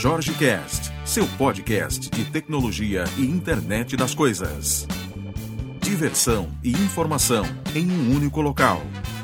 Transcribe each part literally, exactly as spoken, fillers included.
Jorge Cast, seu podcast de tecnologia e internet das coisas. Diversão e informação em um único local.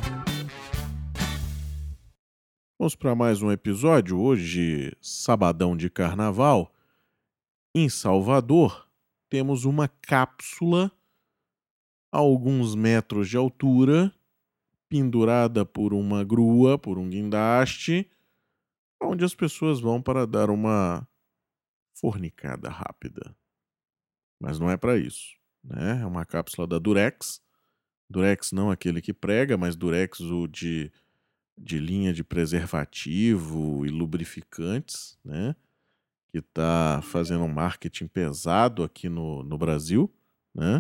Vamos para mais um episódio. Hoje, sabadão de carnaval. Em Salvador, temos uma cápsula a alguns metros de altura, pendurada por uma grua, por um guindaste, onde as pessoas vão para dar uma fornicada rápida. Mas não é para isso, né? É uma cápsula da Durex. Durex não aquele que prega, mas Durex o de, de linha de preservativo e lubrificantes, né? Que está fazendo um marketing pesado aqui no, no Brasil, né?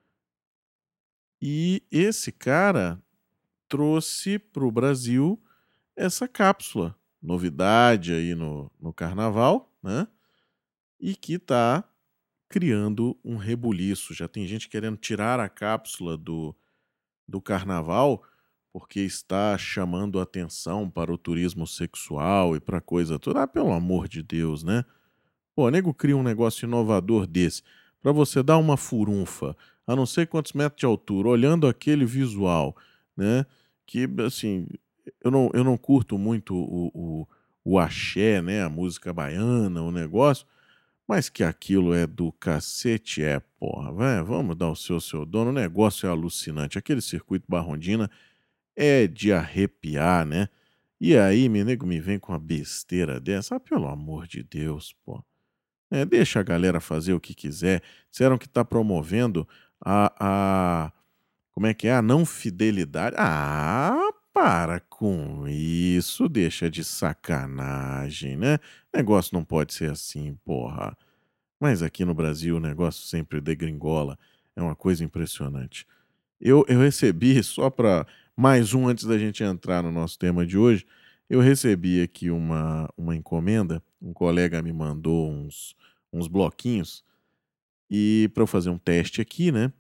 E esse cara trouxe para o Brasil essa cápsula, novidade aí no, no carnaval, né? E que está criando um rebuliço. Já tem gente querendo tirar a cápsula do, do carnaval porque está chamando atenção para o turismo sexual e para coisa toda. Ah, pelo amor de Deus, né? Pô, nego cria um negócio inovador desse para você dar uma furunfa a não sei quantos metros de altura, olhando aquele visual, né? Que, assim, eu não, eu não curto muito o, o, o axé, né? A música baiana, o negócio, mas que aquilo é do cacete, é, porra. Vai, vamos dar o seu seu dono, o negócio é alucinante. Aquele circuito Barrondina é de arrepiar, né? E aí, meu nego me vem com uma besteira dessa, ah, pelo amor de Deus, pô. É, deixa a galera fazer o que quiser. Disseram que está promovendo a, a... Como é que é? A não fidelidade. Ah, para com isso. Deixa de sacanagem, né? Negócio não pode ser assim, porra. Mas aqui no Brasil o negócio sempre degringola. É uma coisa impressionante. Eu, eu recebi, só para mais um antes da gente entrar no nosso tema de hoje, eu recebi aqui uma, uma encomenda. Um colega me mandou uns, uns bloquinhos e para eu fazer um teste aqui, né?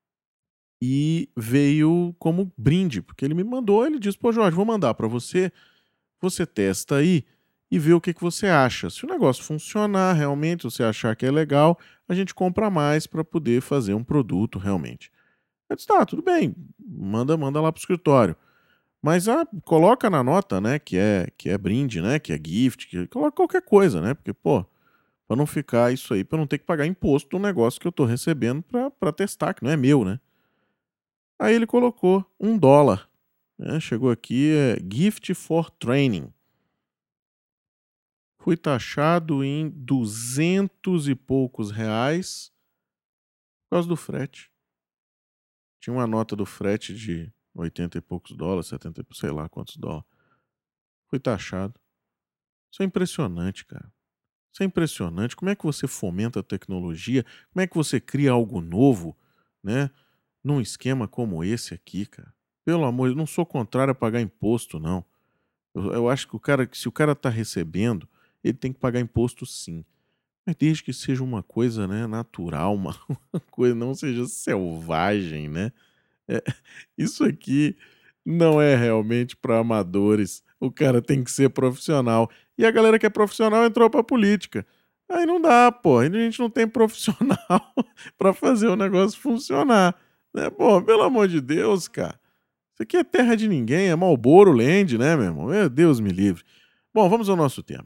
E veio como brinde, porque ele me mandou, ele disse, pô Jorge, vou mandar para você, você testa aí e vê o que, que você acha. Se o negócio funcionar realmente, se você achar que é legal, a gente compra mais para poder fazer um produto realmente. Eu disse, tá, tudo bem, manda, manda lá pro escritório. Mas ah, coloca na nota, né, que é, que é brinde, né, que é gift, que coloca qualquer coisa, né, porque, pô, pra não ficar isso aí, pra não ter que pagar imposto do negócio que eu tô recebendo pra, pra testar, que não é meu, né. Aí ele colocou um dólar, né, chegou aqui, é gift for training. Fui taxado em duzentos e poucos reais por causa do frete. Tinha uma nota do frete de oitenta e poucos dólares, setenta, sei lá quantos dólares. Fui taxado. Isso é impressionante, cara. Isso é impressionante. Como é que você fomenta a tecnologia? Como é que você cria algo novo, né? Num esquema como esse aqui, cara. Pelo amor de Deus, não sou contrário a pagar imposto, não. Eu, eu acho que o cara, se o cara está recebendo, ele tem que pagar imposto sim. Mas desde que seja uma coisa, né, natural, uma, uma coisa, não seja selvagem, né? É, isso aqui não é realmente para amadores. O cara tem que ser profissional. E a galera que é profissional entrou pra política. Aí não dá, pô. Aí a gente não tem profissional para fazer o negócio funcionar. Né? Pô, pelo amor de Deus, cara. Isso aqui é terra de ninguém, é Marlboro Land, né, meu irmão? Meu Deus me livre. Bom, vamos ao nosso tema.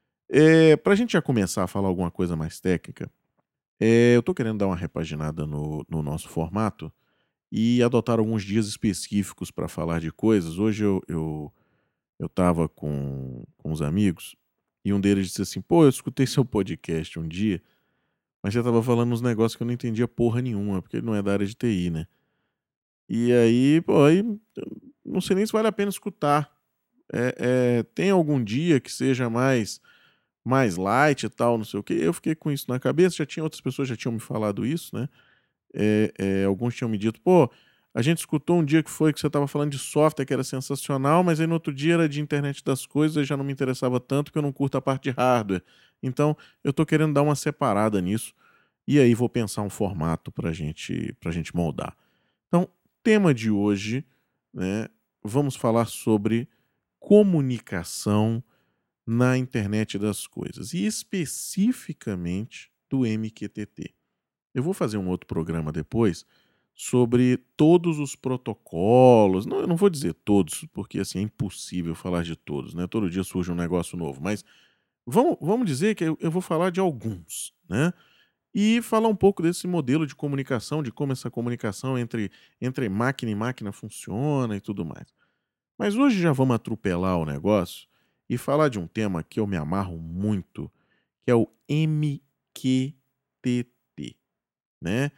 É, para a gente já começar a falar alguma coisa mais técnica, é, eu tô querendo dar uma repaginada no, no nosso formato e adotar alguns dias específicos para falar de coisas. Hoje eu, eu, eu tava com, com uns amigos e um deles disse assim, pô, eu escutei seu podcast um dia, mas você tava falando uns negócios que eu não entendia porra nenhuma, porque ele não é da área de T I, né? E aí, pô, aí eu não sei nem se vale a pena escutar. É, é, tem algum dia que seja mais, mais light e tal, não sei o quê. Eu fiquei com isso na cabeça, já tinha outras pessoas já tinham me falado isso, né? É, é, alguns tinham me dito, pô, a gente escutou um dia que foi que você estava falando de software que era sensacional, mas aí no outro dia era de internet das coisas e já não me interessava tanto porque eu não curto a parte de hardware. Então, eu tô querendo dar uma separada nisso e aí vou pensar um formato pra gente, pra gente moldar. Então, tema de hoje, né, vamos falar sobre comunicação na internet das coisas, e especificamente do M Q T T. Eu vou fazer um outro programa depois sobre todos os protocolos. Não, eu não vou dizer todos, porque assim é impossível falar de todos, né? Todo dia surge um negócio novo, mas vamos, vamos dizer que eu, eu vou falar de alguns, né? E falar um pouco desse modelo de comunicação, de como essa comunicação entre, entre máquina e máquina funciona e tudo mais. Mas hoje já vamos atropelar o negócio e falar de um tema que eu me amarro muito, que é o M Q T T, né?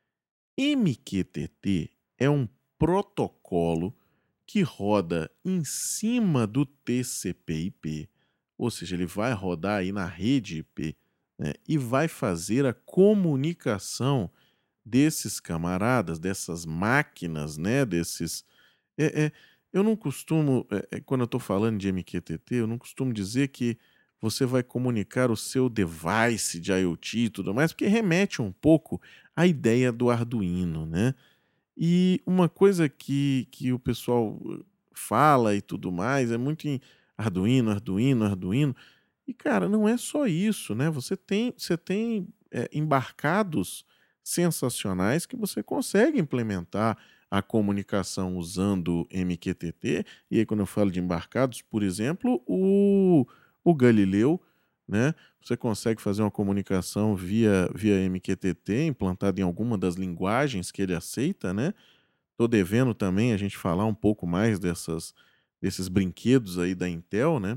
M Q T T é um protocolo que roda em cima do T C P/I P, ou seja, ele vai rodar aí na rede I P, né, e vai fazer a comunicação desses camaradas, dessas máquinas, né, desses é, é, eu não costumo, é, é, quando eu estou falando de M Q T T, eu não costumo dizer que você vai comunicar o seu device de IoT e tudo mais, porque remete um pouco à ideia do Arduino, né? E uma coisa que, que o pessoal uh, fala e tudo mais é muito em Arduino, Arduino, Arduino. E, cara, não é só isso, né? Você tem, você tem é, embarcados sensacionais que você consegue implementar a comunicação usando M Q T T. E aí, quando eu falo de embarcados, por exemplo, o, o Galileu, né? Você consegue fazer uma comunicação via, via M Q T T implantada em alguma das linguagens que ele aceita, né? Tô devendo também a gente falar um pouco mais dessas, desses brinquedos aí da Intel, né?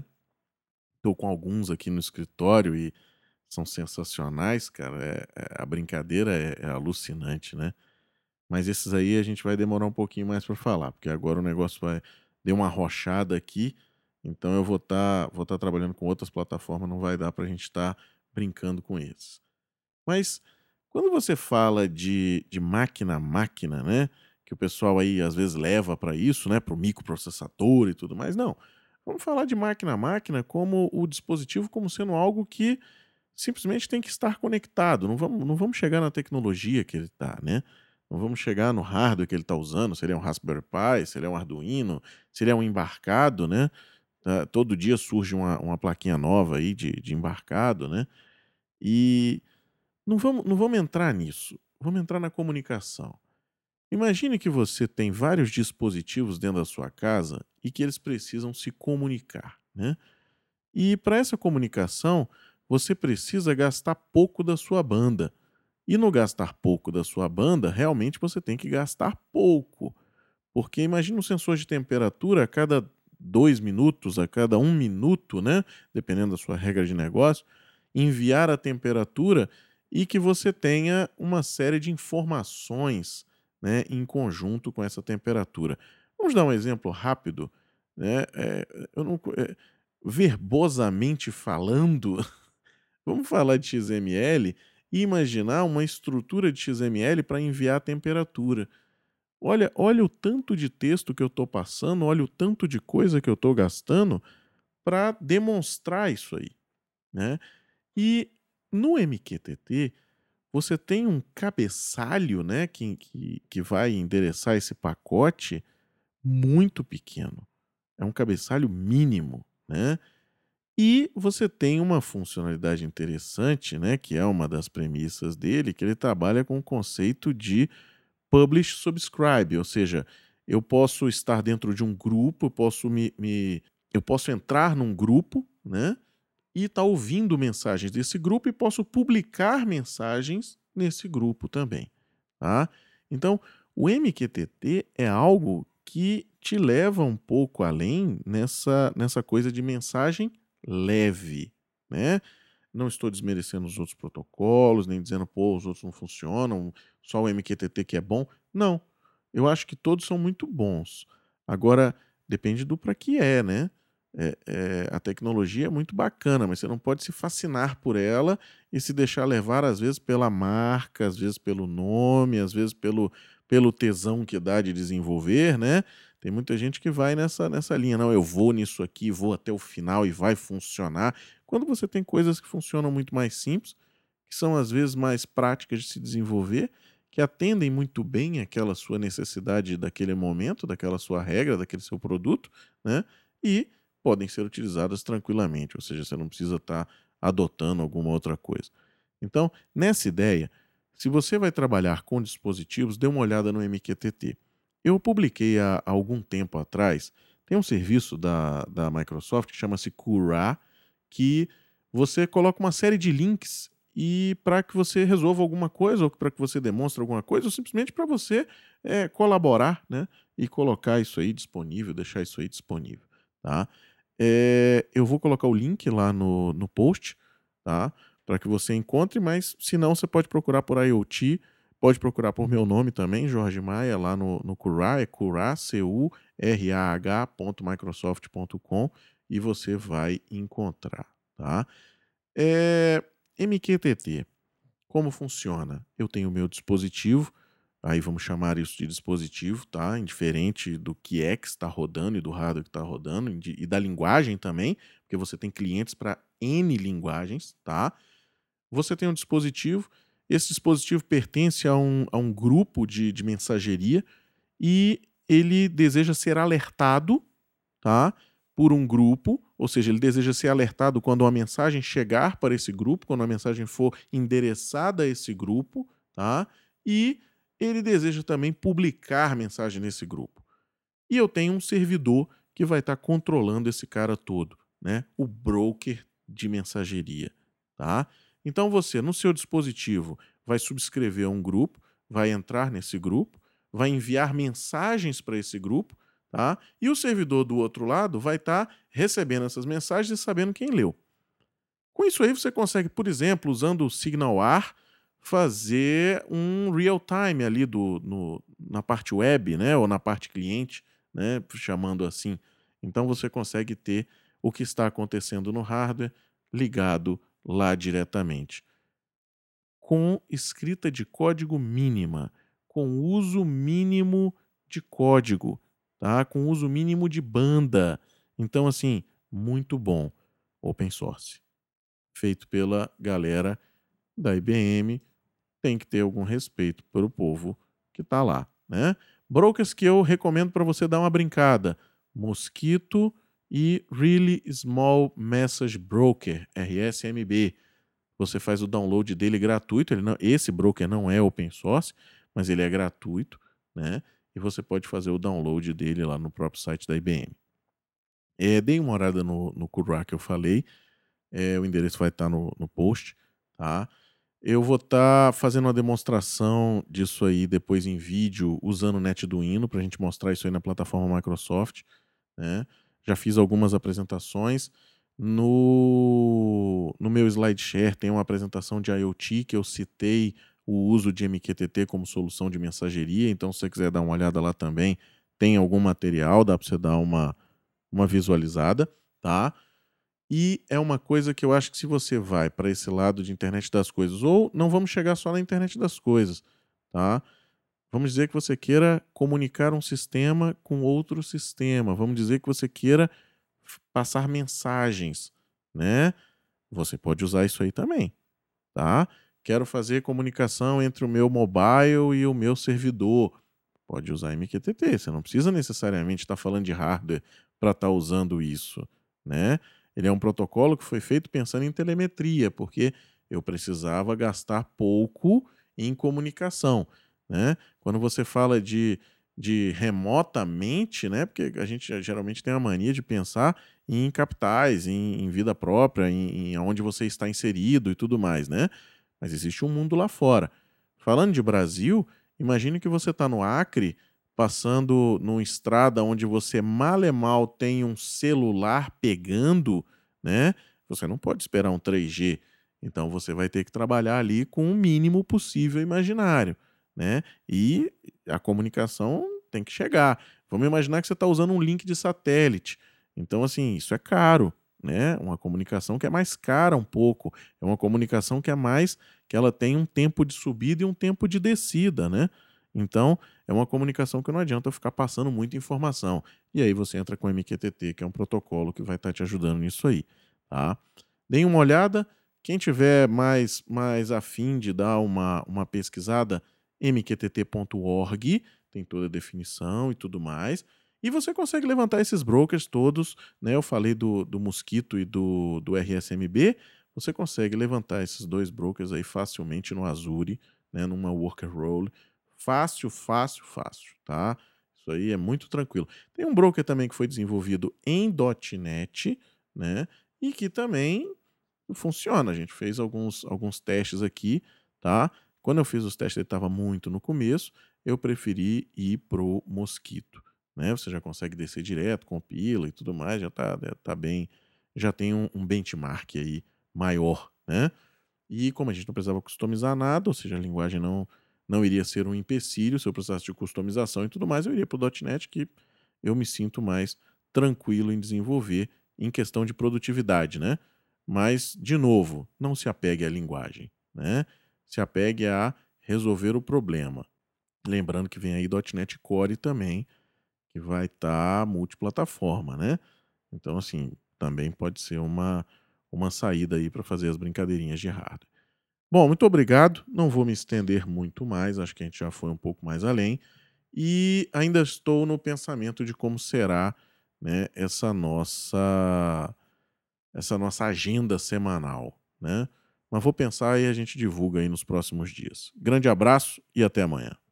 Tô com alguns aqui no escritório e são sensacionais, cara. É, é- a brincadeira é, é alucinante, né? Mas esses aí a gente vai demorar um pouquinho mais para falar, porque agora o negócio vai deu uma arrochada aqui, então eu vou estar vou tá trabalhando com outras plataformas, não vai dar para a gente estar brincando com eles. Mas quando você fala de, de máquina a máquina, né? Que o pessoal aí às vezes leva para isso, né? Para o microprocessador e tudo mais, não. Vamos falar de máquina a máquina como o dispositivo como sendo algo que simplesmente tem que estar conectado. Não vamos, não vamos chegar na tecnologia que ele está, né? Não vamos chegar no hardware que ele está usando, se ele é um Raspberry Pi, se ele é um Arduino, se ele é um embarcado, né? Tá, todo dia surge uma, uma plaquinha nova aí de, de embarcado, né? E não vamos, não vamos entrar nisso. Vamos entrar na comunicação. Imagine que você tem vários dispositivos dentro da sua casa e que eles precisam se comunicar, né? E para essa comunicação, você precisa gastar pouco da sua banda. E no gastar pouco da sua banda, realmente você tem que gastar pouco. Porque imagine um sensor de temperatura a cada dois minutos, a cada um minuto, né? Dependendo da sua regra de negócio, enviar a temperatura e que você tenha uma série de informações, né, em conjunto com essa temperatura. Vamos dar um exemplo rápido, né? É, eu não, é, verbosamente falando, vamos falar de X M L e imaginar uma estrutura de X M L para enviar a temperatura. Olha, olha o tanto de texto que eu estou passando, olha o tanto de coisa que eu estou gastando para demonstrar isso aí, né? E no M Q T T, você tem um cabeçalho, né, que, que, que vai endereçar esse pacote muito pequeno. É um cabeçalho mínimo, né? E você tem uma funcionalidade interessante, né, que é uma das premissas dele, que ele trabalha com o conceito de publish subscribe, ou seja, eu posso estar dentro de um grupo, eu posso me, me- eu posso entrar num grupo, né, e estar ouvindo mensagens desse grupo e posso publicar mensagens nesse grupo também, tá? Então, o M Q T T é algo que te leva um pouco além nessa, nessa coisa de mensagem leve, né? Não estou desmerecendo os outros protocolos, nem dizendo, pô, os outros não funcionam, só o M Q T T que é bom. Não. Eu acho que todos são muito bons. Agora, depende do para que é, né? É, é, a tecnologia é muito bacana, mas você não pode se fascinar por ela e se deixar levar, às vezes, pela marca, às vezes pelo nome, às vezes pelo, pelo tesão que dá de desenvolver, né? Tem muita gente que vai nessa, nessa linha. Não, eu vou nisso aqui, vou até o final e vai funcionar. Quando você tem coisas que funcionam muito mais simples, que são às vezes mais práticas de se desenvolver, que atendem muito bem aquela sua necessidade daquele momento, daquela sua regra, daquele seu produto, né? E podem ser utilizadas tranquilamente, ou seja, você não precisa estar adotando alguma outra coisa. Então, nessa ideia, se você vai trabalhar com dispositivos, dê uma olhada no M Q T T. Eu publiquei há, há algum tempo atrás, tem um serviço da, da Microsoft que chama-se Cura, que você coloca uma série de links e para que você resolva alguma coisa, ou para que você demonstre alguma coisa, ou simplesmente para você é, colaborar, né, e colocar isso aí disponível, deixar isso aí disponível. Tá? É, eu vou colocar o link lá no, no post, tá? Para que você encontre, mas se não, você pode procurar por IoT, pode procurar por meu nome também, Jorge Maia, lá no, no Curah, é Curah, C U R A H ponto microsoft ponto com, e você vai encontrar, tá? É, M Q T T, como funciona? Eu tenho o meu dispositivo, aí vamos chamar isso de dispositivo, tá? Indiferente do que é que está rodando e do hardware que está rodando, e da linguagem também, porque você tem clientes para N linguagens, tá? Você tem um dispositivo, esse dispositivo pertence a um, a um grupo de, de mensageria e ele deseja ser alertado, tá, por um grupo, ou seja, ele deseja ser alertado quando uma mensagem chegar para esse grupo, quando a mensagem for endereçada a esse grupo, tá, e ele deseja também publicar mensagem nesse grupo. E eu tenho um servidor que vai estar controlando esse cara todo, né, o broker de mensageria, tá? Então você, no seu dispositivo, vai subscrever a um grupo, vai entrar nesse grupo, vai enviar mensagens para esse grupo, tá? E o servidor do outro lado vai estar recebendo essas mensagens e sabendo quem leu. Com isso aí você consegue, por exemplo, usando o SignalR, fazer um real-time ali do, no, na parte web, né? Ou na parte cliente, né? Chamando assim. Então você consegue ter o que está acontecendo no hardware ligado lá diretamente. Com escrita de código mínima, com uso mínimo de código, tá? Com uso mínimo de banda. Então, assim, muito bom. Open source. Feito pela galera da I B M, tem que ter algum respeito pelo povo que está lá, né? Brokers que eu recomendo para você dar uma brincada. Mosquito e Really Small Message Broker, R S M B. Você faz o download dele gratuito. Ele não, esse broker não é open source, mas ele é gratuito, né? E você pode fazer o download dele lá no próprio site da I B M. É, dei uma olhada no, no Curah que eu falei. É, o endereço vai estar no, no post, tá? Eu vou estar fazendo uma demonstração disso aí depois em vídeo, usando o NetDuino, para a gente mostrar isso aí na plataforma Microsoft, né? Já fiz algumas apresentações. No, no meu SlideShare tem uma apresentação de IoT que eu citei o uso de M Q T T como solução de mensageria, então se você quiser dar uma olhada lá também, tem algum material, dá para você dar uma, uma visualizada, tá? E é uma coisa que eu acho que se você vai para esse lado de internet das coisas, ou não vamos chegar só na internet das coisas, tá? Vamos dizer que você queira comunicar um sistema com outro sistema, vamos dizer que você queira passar mensagens, né? Você pode usar isso aí também, tá? Quero fazer comunicação entre o meu mobile e o meu servidor. Pode usar M Q T T, você não precisa necessariamente estar falando de hardware para estar usando isso, né? Ele é um protocolo que foi feito pensando em telemetria, porque eu precisava gastar pouco em comunicação, né? Quando você fala de, de remotamente, né? Porque a gente geralmente tem a mania de pensar em capitais, em, em vida própria, em, em onde você está inserido e tudo mais, né? Mas existe um mundo lá fora. Falando de Brasil, imagine que você está no Acre, passando numa estrada onde você mal e mal tem um celular pegando, né? Você não pode esperar um três G. Então você vai ter que trabalhar ali com o mínimo possível imaginário, né? E a comunicação tem que chegar. Vamos imaginar que você está usando um link de satélite. Então, assim, isso é caro, né? Uma comunicação que é mais cara um pouco. É uma comunicação que é mais, que ela tem um tempo de subida e um tempo de descida, né? Então, é uma comunicação que não adianta ficar passando muita informação. E aí você entra com o M Q T T, que é um protocolo que vai estar te ajudando nisso aí, tá? Deem uma olhada. Quem tiver mais, mais afim de dar uma, uma pesquisada, m q t t ponto org, tem toda a definição e tudo mais. E você consegue levantar esses brokers todos, né? Eu falei do, do Mosquito e do, do R S M B, você consegue levantar esses dois brokers aí facilmente no Azure, né? Numa worker role. Fácil, fácil, fácil, tá? Isso aí é muito tranquilo. Tem um broker também que foi desenvolvido em .NET, né? E que também funciona. A gente fez alguns, alguns testes aqui, tá? Quando eu fiz os testes, ele estava muito no começo, eu preferi ir pro Mosquito, né? Você já consegue descer direto, compila e tudo mais, já tá, tá bem, já tem um, um benchmark aí maior, né? E como a gente não precisava customizar nada, ou seja, a linguagem não, não iria ser um empecilho, se eu precisasse de customização e tudo mais, eu iria para o .NET, que eu me sinto mais tranquilo em desenvolver em questão de produtividade, né? Mas, de novo, não se apegue à linguagem, né? Se apegue a resolver o problema. Lembrando que vem aí .NET Core também, que vai estar tá multiplataforma, né? Então, assim, também pode ser uma, uma saída aí para fazer as brincadeirinhas de hardware. Bom, muito obrigado. Não vou me estender muito mais, acho que a gente já foi um pouco mais além. E ainda estou no pensamento de como será, né, essa nossa essa nossa agenda semanal, né? Mas vou pensar e a gente divulga aí nos próximos dias. Grande abraço e até amanhã.